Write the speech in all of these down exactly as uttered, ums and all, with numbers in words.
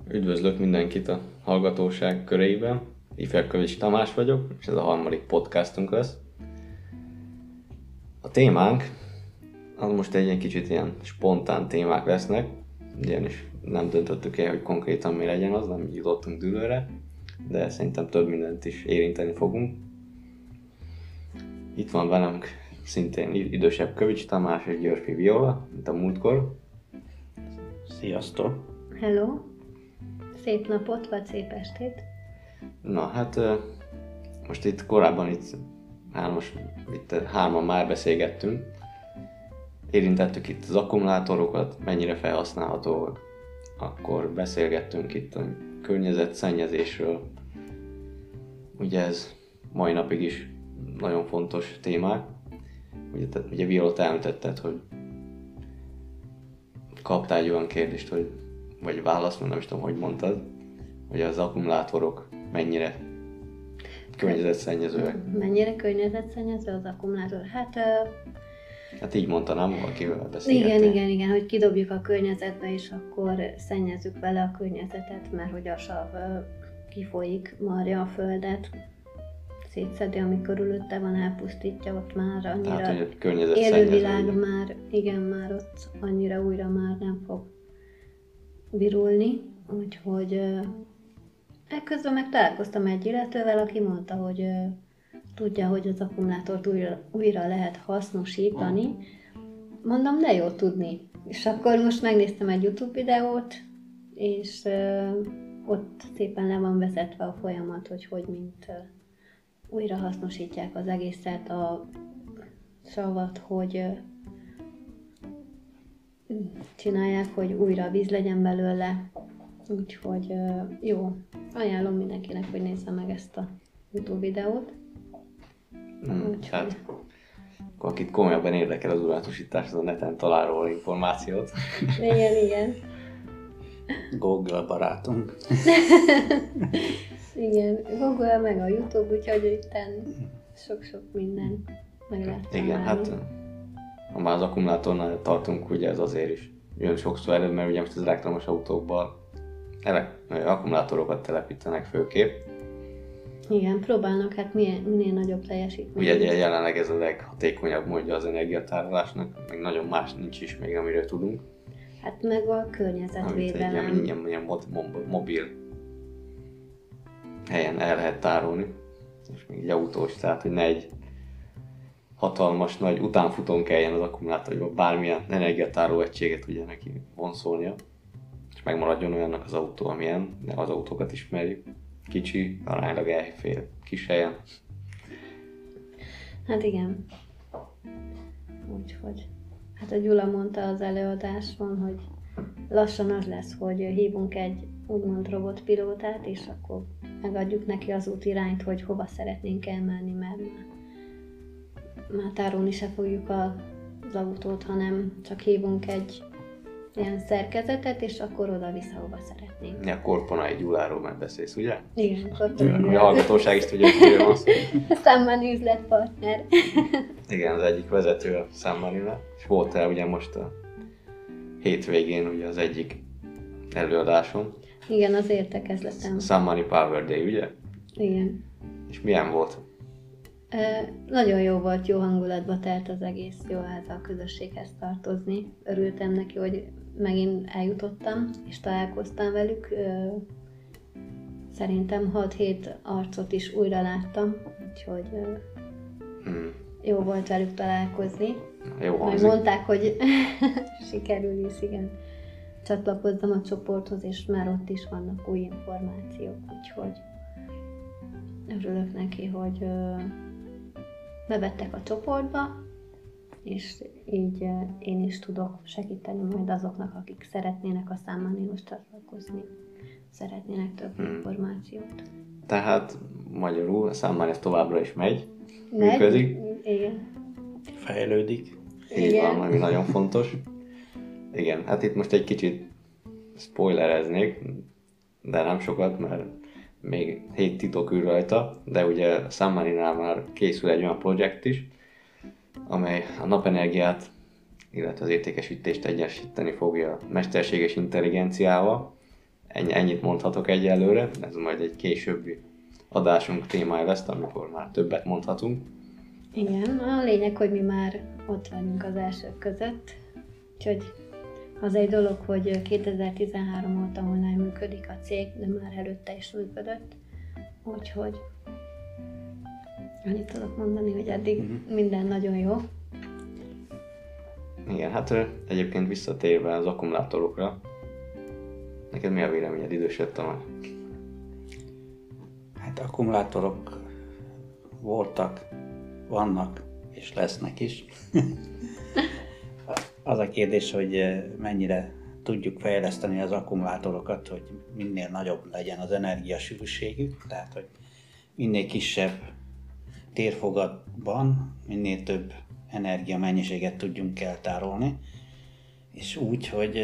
Üdvözlök mindenkit a hallgatóság köreiben. Iferkovics Tamás vagyok, és ez a harmadik podcastunk lesz. A témánk, az most egy ilyen kicsit ilyen spontán témák lesznek, ugyanis nem döntöttük el, hogy konkrétan mi legyen az, nem jutottunk dűlőre, de szerintem több mindent is érinteni fogunk. Itt van velem szintén idősebb Kövics Tamás és Györfi Viola, mint a múltkor. Sziasztok! Hello! Szép napot, vagy szép estét! Na hát most itt korábban itt, hármas, itt hárman már beszélgettünk. Érintettük itt az akkumulátorokat, mennyire felhasználhatóak. Akkor beszélgettünk itt a környezetszennyezésről. Ugye ez mai napig is nagyon fontos témák. Ugye, tehát, ugye Viola, te említetted, hogy kaptál egy olyan kérdést, hogy, vagy választ, nem is tudom, hogy mondtad, hogy az akkumulátorok mennyire környezetszennyezőek. Mennyire környezetszennyező az akkumulátor? Hát... Uh, hát így mondta, nem? Akivel beszélgettél. Igen, igen, igen, hogy kidobjuk a környezetbe, és akkor szennyezzük vele a környezetet, mert hogy a sav uh, kifolyik, marja a földet, szétszedi, ami körülötte van, elpusztítja, ott már annyira tehát, élővilág már, igen, már ott annyira újra már nem fog virulni, úgyhogy uh, ekközben meg találkoztam egy illetővel, aki mondta, hogy uh, tudja, hogy az akkumulátort újra, újra lehet hasznosítani. Mondom, de jó tudni. És akkor most megnéztem egy YouTube videót, és uh, ott szépen le van vezetve a folyamat, hogy hogy mint uh, újra hasznosítják az egészet, a savat, hogy uh, csinálják, hogy újra víz legyen belőle. Úgyhogy uh, jó, ajánlom mindenkinek, hogy nézze meg ezt a YouTube videót. Hmm, Úgyhogy... hát, akkor akit komolyabban érdekel az újrahasznosítás, az a neten talál róla információt. Igen, igen. Google barátunk. Igen, Google meg a YouTube, úgyhogy itten sok-sok minden meg lehet találni. Igen, hát ha már az akkumulátornál tartunk, ugye ez azért is jön sokszor elő, mert ugye most az elektromos autókban elek- akkumulátorokat telepítenek főképp. Igen, próbálnak hát minél, minél nagyobb teljesítményt. Ugye jelenleg ez a leghatékonyabb módja az energiatárolásnak, meg nagyon más nincs is még, amiről tudunk. Hát meg a környezetvédelem. Amit egy ilyen, ilyen mod, mod, mobil helyen el lehet tárolni, és még egy autós, tehát hogy ne egy hatalmas nagy utánfutón kelljen az akkumulátorba bármilyen energiatároló egységet ugye neki vonszolnia, és megmaradjon olyannak az autó, amilyen, de az autókat ismerjük. Kicsi, aránylag elfér kis helyen. Hát igen. Úgyhogy. Hát a Gyula mondta az előadáson, hogy lassan az lesz, hogy hívunk egy úgymond robotpilótát, és akkor megadjuk neki az útirányt, hogy hova szeretnénk elmenni, mert már, már tárolni se fogjuk az autót, hanem csak hívunk egy ilyen szerkezetet, és akkor oda-vissza, hova szeretnénk. Ja, Korponai Gyuláról már beszélsz, ugye? Igen, Korponai. A hallgatóság is tudja, hogy kiről van szó. Számmani üzletpartner. Igen, az egyik vezető a Számmaninál, és volt el ugye most a hétvégén ugye az egyik előadáson. Igen, az értekezletem. Számmani Power Day, ugye? Igen. És milyen volt? E, nagyon jó volt, jó hangulatba telt az egész, jó ez a közösséghez tartozni. Örültem neki, hogy megint eljutottam, és találkoztam velük. E, szerintem hat-hét arcot is újra láttam, úgyhogy e, hmm. jó volt velük találkozni. Jó Majd mondták, hogy sikerül is, igen. Csatlakozzam a csoporthoz, és már ott is vannak új információk, úgyhogy örülök neki, hogy ö, bevettek a csoportba, és így ö, én is tudok segíteni majd azoknak, akik szeretnének a Számmaninhoz csatlakozni, szeretnének több hmm. információt. Tehát magyarul a Számmani továbbra is megy, megy? működik. Igen. Fejlődik. Így igen. Van, ami nagyon fontos. Igen, hát itt most egy kicsit spoilereznék, de nem sokat, mert még hét titok ül rajta, de ugye a Számmaninál már készül egy olyan projekt is, amely a napenergiát, illetve az értékesítést egyesíteni fogja mesterséges intelligenciával. ennyi, ennyit mondhatok egyelőre, ez majd egy későbbi adásunk témája lesz, amikor már többet mondhatunk. Igen, a lényeg, hogy mi már ott vagyunk az elsők között, úgyhogy az egy dolog, hogy kétezer-tizenhárom óta online működik a cég, de már előtte is működött, úgyhogy annyit tudok mondani, hogy eddig mm-hmm. minden nagyon jó. Igen, hát egyébként visszatérve az akkumulátorokra, neked mi a véleményed, idősebb Tamás? Hát akkumulátorok voltak, vannak és lesznek is. Az a kérdés, hogy mennyire tudjuk fejleszteni az akkumulátorokat, hogy minél nagyobb legyen az energiasűrűségük, tehát hogy minél kisebb térfogatban minél több energiamennyiséget tudjunk eltárolni, és úgy, hogy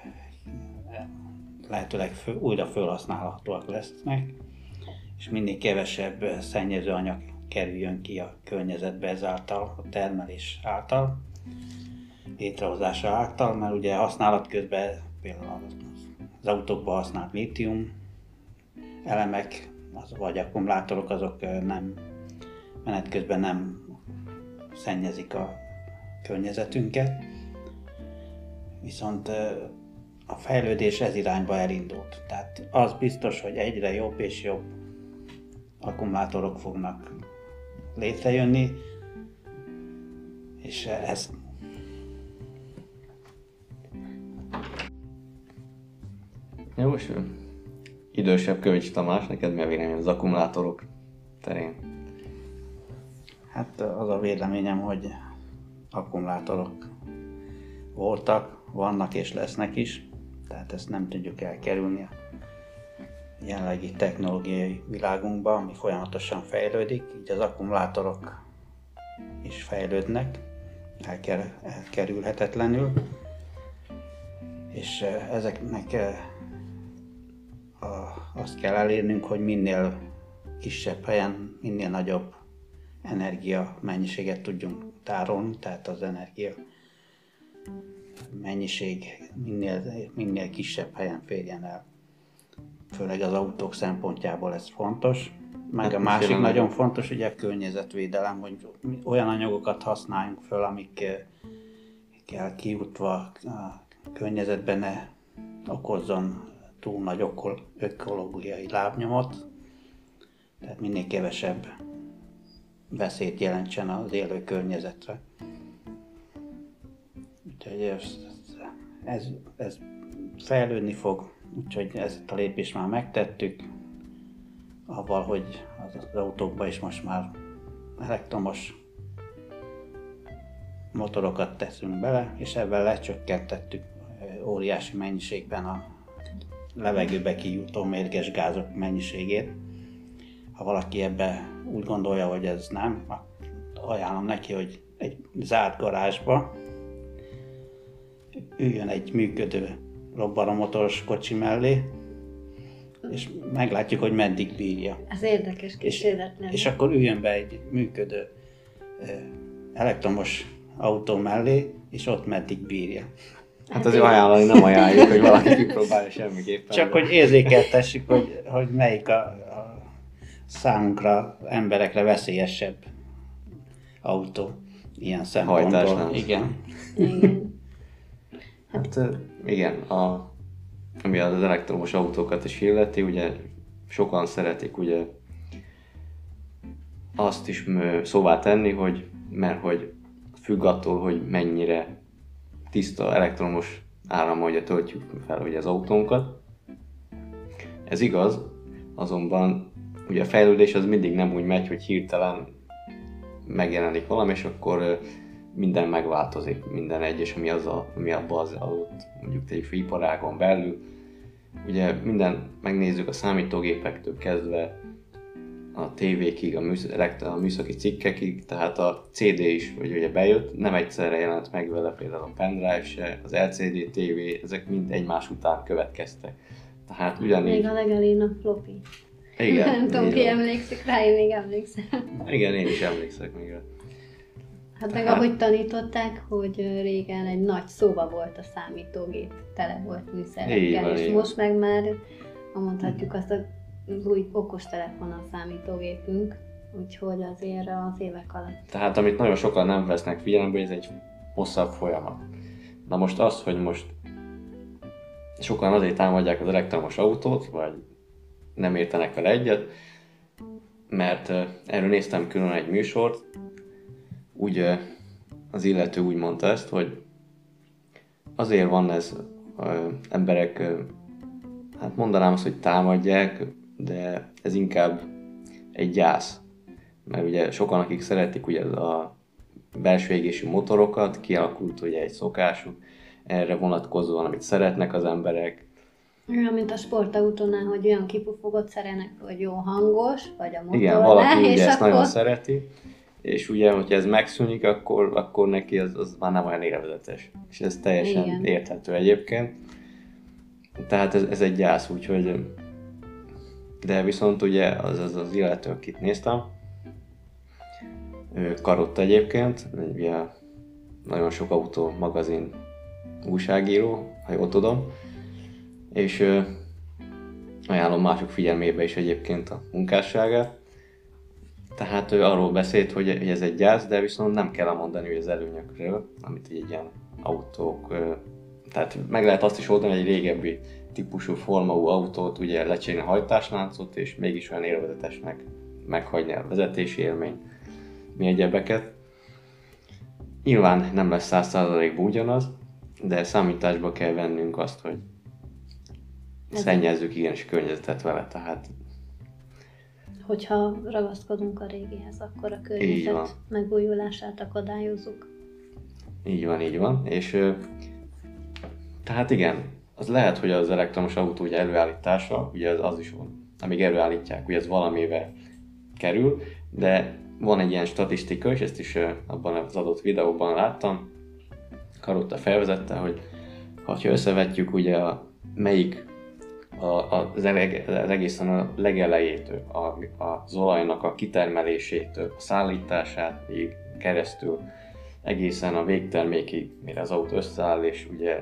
lehetőleg föl, újra felhasználhatóak lesznek, és minél kevesebb szennyező anyag kerüljön ki a környezetbe ezáltal, a termelés által, létrehozása által, mert ugye használat közben például az autókban használt lítium elemek, az, vagy akkumulátorok, azok nem menet közben nem szennyezik a környezetünket, viszont a fejlődés ez irányba elindult. Tehát az biztos, hogy egyre jobb és jobb akkumulátorok fognak létrejönni, és ez Jó, és idősebb Kövics Tamás, neked mi a vélemény az akkumulátorok terén? Hát az a véleményem, hogy akkumulátorok voltak, vannak és lesznek is, tehát ezt nem tudjuk elkerülni a jelenlegi technológiai világunkban, ami folyamatosan fejlődik, így az akkumulátorok is fejlődnek, elker- elkerülhetetlenül, és ezeknek a, azt kell elérnünk, hogy minél kisebb helyen, minél nagyobb energia mennyiséget tudjunk tárolni, tehát az energia mennyiség minél, minél kisebb helyen férjen el. Főleg az autók szempontjából ez fontos. Meg hát a másik nagyon fontos, ugye a környezetvédelem, hogy olyan anyagokat használjunk föl, amikkel kijutva a környezetben ne okozzon túl nagy ökológiai lábnyomot, tehát minél kevesebb veszélyt jelentsen az élő környezetre. Úgyhogy ez, ez, ez fejlődni fog, úgyhogy ezt a lépést már megtettük, avval, hogy az, az autókban is most már elektromos motorokat teszünk bele, és ebben lecsökkentettük óriási mennyiségben a levegőbe kijutó mérges gázok mennyiségét. Ha valaki ebbe úgy gondolja, hogy ez nem, ajánlom neki, hogy egy zárt garázsba üljön egy működő robbanomotoros kocsi mellé, és meglátjuk, hogy meddig bírja. Ez érdekes kísérlet lenne. És akkor üljön be egy működő elektromos autó mellé, és ott meddig bírja. Hát azért ajánlani nem ajánljuk, hogy valaki kipróbálja semmiképpen. Csak de... hogy érzékeltessük, hogy, hogy melyik a, a számunkra, emberekre veszélyesebb autó ilyen szempontból. Igen. Igen. Hát igen, a, ami az elektromos autókat is illeti, ugye sokan szeretik ugye azt is szóvá tenni, hogy mert hogy függ attól, hogy mennyire tiszta elektromos árammal ugye töltjük fel ugye az autónkat. Ez igaz, azonban ugye a fejlődés az mindig nem úgy megy, hogy hirtelen megjelenik valami, és akkor minden megváltozik, minden egyes, ami, az a, ami abban az adott, mondjuk egy iparágon belül. Ugye minden, megnézzük a számítógépektől kezdve a tévékig, a, műsz, a műszaki cikkekig, tehát a cé dé is, hogy ugye bejött, nem egyszerre jelent meg vele, például a pendrive se, az el cé dé té vé, ezek mind egymás után következtek. Tehát ugyanígy... Még a legelén a floppy. Igen. Nem tudom, ki emlékszik rá, én még emlékszem. Igen, én is emlékszek még rá. Hát meg ahogy tanították, hogy régen egy nagy szoba volt a számítógép, tele volt műszerekkel, és most meg már, mondhatjuk azt, az új okostelefon a számítógépünk, úgyhogy azért az évek alatt. Tehát amit nagyon sokan nem vesznek figyelembe, ez egy hosszabb folyamat. Na most az, hogy most sokan azért támadják az elektromos autót, vagy nem értenek vele egyet, mert erről néztem külön egy műsort, úgy az illető úgy mondta ezt, hogy azért van ez, emberek, hát mondanám azt, hogy támadják, de ez inkább egy gyász. Mert ugye sokan, akik szeretik ugye a belső égésű motorokat, kialakult ugye egy szokásuk, erre vonatkozóan, amit szeretnek az emberek. Olyan, mint a sportautónál, hogy olyan kipufogot szerelnek, hogy jó hangos, vagy a motornál. Igen, valaki ugye és ezt akkor... nagyon szereti, és ugye, hogyha ez megszűnik, akkor, akkor neki az, az már nem olyan élvezetes. És ez teljesen igen. érthető egyébként. Tehát ez, ez egy gyász, úgyhogy... De viszont ugye az az, az illető, akit néztem, Karotta egyébként, ugye nagyon sok autó magazin újságíró, ha jól tudom, és ö, ajánlom mások figyelmébe is egyébként a munkásságát. Tehát ő arról beszélt, hogy ez egy gyász, de viszont nem kell mondani hogy az előnyökről, amit egy ilyen autók, ö, tehát meg lehet azt is oldani, hogy egy régebbi típusú formaú autót ugye lecserélni a hajtásláncot, és mégis olyan élvezetesnek meghagyni a vezetési élmény, mi egyebeket. Nyilván nem lesz száz százalékban ugyanaz, de számításba kell vennünk azt, hogy ez szennyezzük igenis környezetet vele, tehát... Hogyha ragaszkodunk a régihez, akkor a környezet megújulását akadályozzuk. Így van, így van, és tehát igen, az lehet, hogy az elektromos autó ugye előállítása, ugye az, az is van, amíg előállítják, ugye ez valamivel kerül, de van egy ilyen statisztika, és ezt is abban az adott videóban láttam, Karotta felvezette, hogy ha összevetjük ugye a, melyik a, a, az, eleg, az egészen a legelejétől, a, az olajnak a kitermelésétől, a szállítását még keresztül, egészen a végtermékig, mire az autó összeáll, és ugye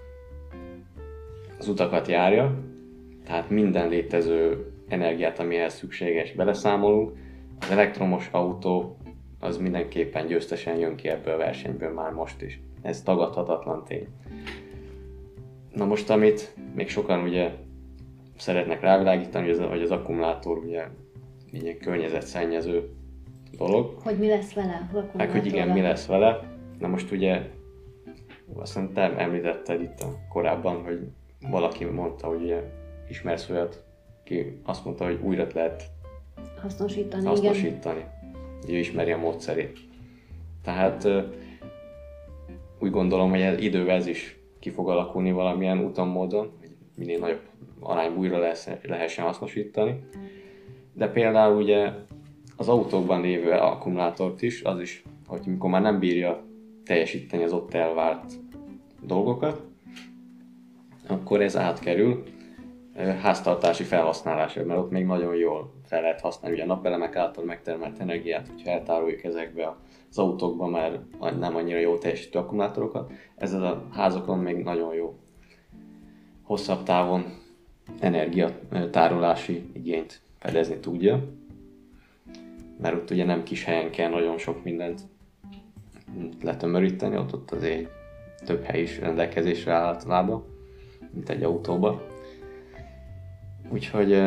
az utakat járja, tehát minden létező energiát, amihez szükséges, beleszámolunk. Az elektromos autó az mindenképpen győztesen jön ki ebből a versenyből már most is. Ez tagadhatatlan tény. Na most, amit még sokan ugye szeretnek rávilágítani, hogy az, hogy az akkumulátor ugye ilyen környezetszennyező dolog. Hogy mi lesz vele az akkumulátorral? Meg, hogy igen, mi lesz vele. Na most ugye, azt hiszem te említetted itt korábban, hogy valaki mondta, hogy ugye ismersz olyat, ki azt mondta, hogy újra lehet hasznosítani. hasznosítani. Ugye ő ismeri a módszerét. Tehát úgy gondolom, hogy ez idővel ez is ki fog alakulni valamilyen úton, módon, hogy minél nagyobb arányban újra lesz, lehessen hasznosítani. De például ugye az autókban lévő akkumulátort is, az is, hogy mikor már nem bírja teljesíteni az ott elvárt dolgokat, akkor ez átkerül háztartási felhasználásra, mert ott még nagyon jól fel lehet használni ugye a napelemek által megtermelt energiát, hogyha eltároljuk ezekbe az autókban már nem annyira jó teljesítő akkumulátorokat. Ez a házakon még nagyon jó hosszabb távon energiatárolási igényt fedezni tudja, mert ott ugye nem kis helyen kell nagyon sok mindent letömöríteni, ott, ott azért több hely is rendelkezésre áll általában, mint egy autóban. Úgyhogy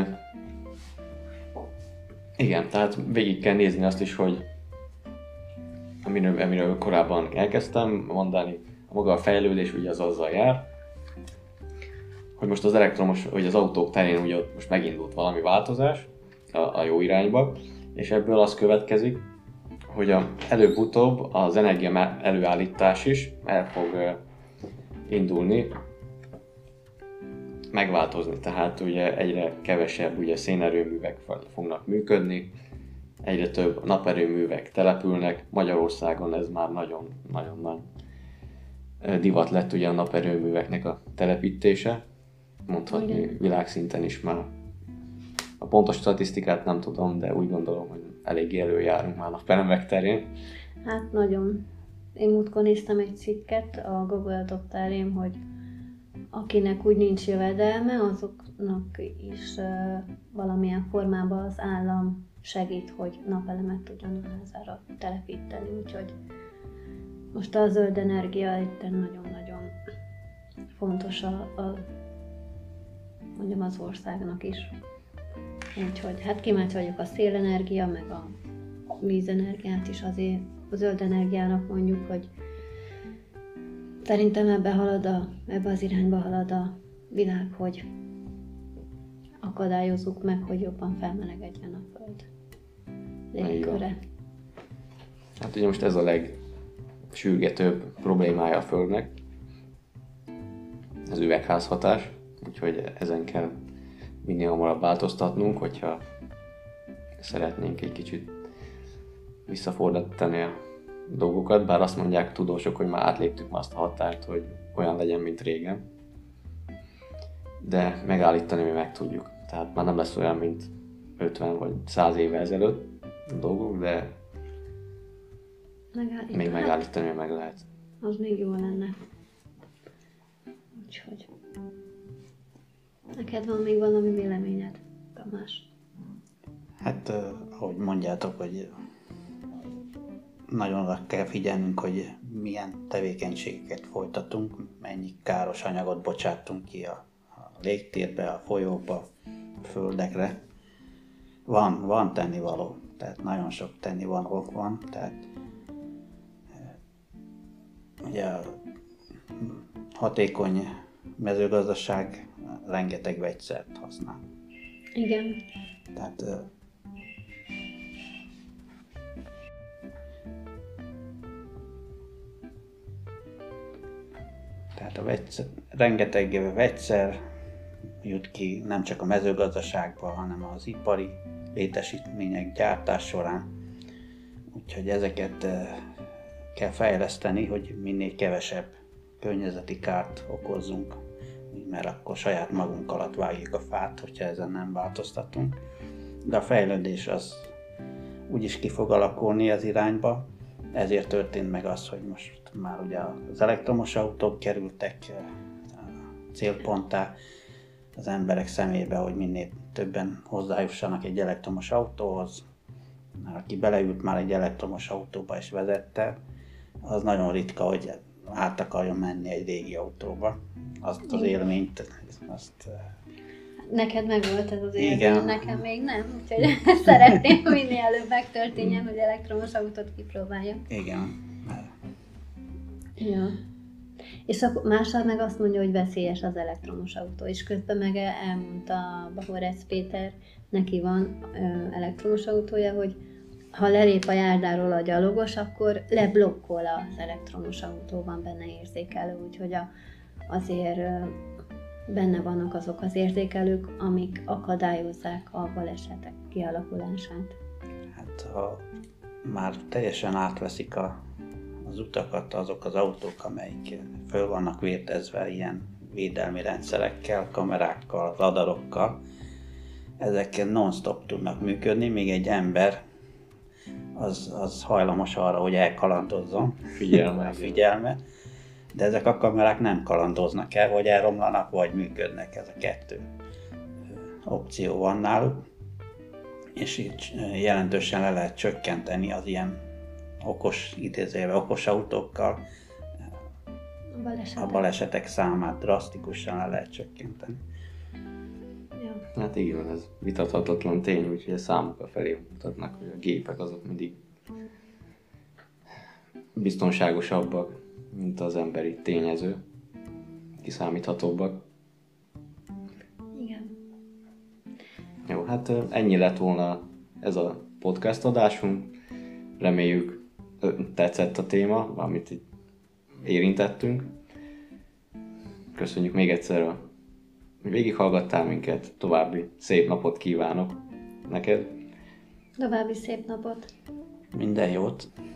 igen, tehát végig kell nézni azt is, hogy amiről, amiről korábban elkezdtem mondani, a maga a fejlődés ugye az azzal jár, hogy most az elektromos, vagy az autók terén ugye most megindult valami változás a, a jó irányba, és ebből az következik, hogy a, előbb-utóbb az energia előállítás is el fog indulni, megváltozni, tehát ugye egyre kevesebb ugye szénerőművek fognak működni, egyre több naperőművek települnek, Magyarországon ez már nagyon nagyon nagy divat lett ugye a naperőműveknek a telepítése, mondhatni igen. Világszinten is már. A pontos statisztikát nem tudom, de úgy gondolom, hogy eléggé előjárunk már napelemek terén, Hát nagyon. Én múltkor néztem egy cikket a Google Doctorém, hogy akinek úgy nincs jövedelme, azoknak is uh, valamilyen formában az állam segít, hogy napelemet tudjon a házára telepíteni. Úgyhogy most a zöld energia itt nagyon-nagyon fontos a, a, mondjam, az országnak is. Úgyhogy hát kíváncsi vagyok a szélenergia, meg a vízenergiát is azért. A zöld energiának mondjuk, hogy szerintem ebbe halad a, ebbe az irányba halad a világ, hogy akadályozzuk meg, hogy jobban felmelegedjen a föld légköre. Hát ugye most ez a legsürgetőbb problémája a földnek, az üvegházhatás, úgyhogy ezen kell minél hamarabb változtatnunk, hogyha szeretnénk egy kicsit visszafordítani a dolgokat, bár azt mondják tudósok, hogy már átléptük már azt a határt, hogy olyan legyen, mint régen. De megállítani mi meg tudjuk. Tehát már nem lesz olyan, mint ötven vagy száz éve ezelőtt a dolgok, de Megállítani. még megállítani hát, meg lehet. Az még jó lenne. Úgyhogy. Neked van még valami véleményed, Tamás? Hát, ahogy mondjátok, hogy nagyon oda kell figyelnünk, hogy milyen tevékenységeket folytatunk, mennyi káros anyagot bocsátunk ki a, a légtérbe, a folyóba, a földekre. Van, van tennivaló, tehát nagyon sok tennivaló van, tehát ugye a hatékony mezőgazdaság rengeteg vegyszert használ. Igen. Tehát Tehát a vegyszer, rengeteg vegyszer jut ki nem csak a mezőgazdaságba, hanem az ipari létesítmények gyártás során. Úgyhogy ezeket kell fejleszteni, hogy minél kevesebb környezeti kárt okozzunk, mert akkor saját magunk alatt vágjuk a fát, hogyha ezen nem változtatunk. De a fejlődés az úgyis ki fog alakulni az irányba, ezért történt meg az, hogy most már ugye az elektromos autók kerültek célponttá az emberek szemébe, hogy minél többen hozzájussanak egy elektromos autóhoz. Aki beleült már egy elektromos autóba és vezette, az nagyon ritka, hogy át akarjon menni egy régi autóba. Azt az élményt, azt... Neked meg volt ez az élmény, élmény, nekem még nem, úgyhogy szeretném, hogy minél előbb megtörténjen, hogy elektromos autót kipróbáljam. Igen. Ja. És akkor másod meg azt mondja, hogy veszélyes az elektromos autó, és közben meg elmondta Bahorec Péter, neki van ö, elektromos autója, hogy ha lelép a járdáról a gyalogos, akkor leblokkol az elektromos autó, van benne érzékelő, úgyhogy a, azért ö, benne vannak azok az érzékelők, amik akadályozzák a balesetek kialakulását. Hát ha már teljesen átveszik a az utakat azok az autók, amelyik föl vannak vértezve ilyen védelmi rendszerekkel, kamerákkal, radarokkal. Ezek non-stop tudnak működni, míg egy ember az, az hajlamos arra, hogy elkalandozzon. Figyelme. A figyelme. De ezek a kamerák nem kalandoznak el, vagy elromlanak, vagy működnek. Ez a kettő opció van náluk. És így jelentősen le lehet csökkenteni az ilyen okos, idézőjelben okos autókkal A balesetek. a balesetek számát drasztikusan le lehet csökkenteni. Ja. Hát igen, ez vitathatatlan tény, úgyhogy a számok a felé mutatnak, hogy a gépek azok mindig biztonságosabbak, mint az emberi tényező, kiszámíthatóbbak. Igen. Jó, hát ennyi lett volna ez a podcast adásunk. Reméljük tetszett a téma, amit itt érintettünk. Köszönjük még egyszer, hogy végighallgattál minket. További szép napot kívánok neked. További szép napot! Minden jót!